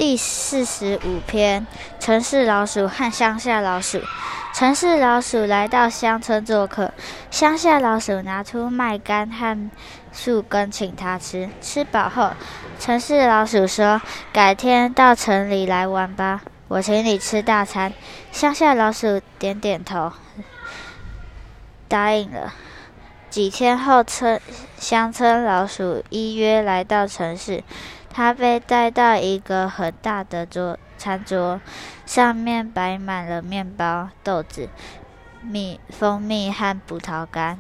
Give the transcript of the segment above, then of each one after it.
第45篇：城市老鼠和乡下老鼠。城市老鼠来到乡村做客，乡下老鼠拿出麦秆和树根请他吃。吃饱后，城市老鼠说：“改天到城里来玩吧，我请你吃大餐。”乡下老鼠点点头，答应了。几天后，乡村老鼠依约来到城市。他被带到一个很大的餐桌，上面摆满了面包、豆子、蜂蜜和葡萄干。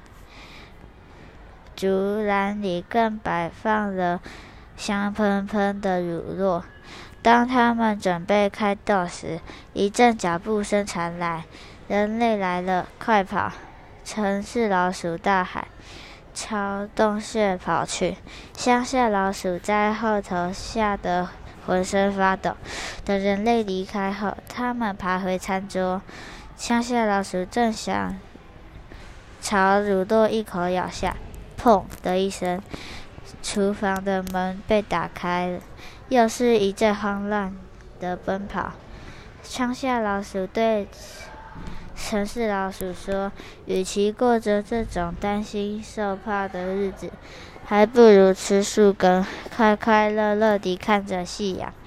竹篮里更摆放了香喷喷的乳酪。当他们准备开动时，一阵脚步声传来：“人类来了，快跑！”城市老鼠大喊，朝洞穴跑去。乡下老鼠在后头吓得浑身发抖。等人类离开后，他们爬回餐桌。乡下老鼠正想朝乳酪一口咬下，砰的一声，厨房的门被打开了，又是一阵慌乱的奔跑。乡下老鼠对城市老鼠说：“与其过着这种担心受怕的日子，还不如吃树根，快快乐乐地看着夕阳。”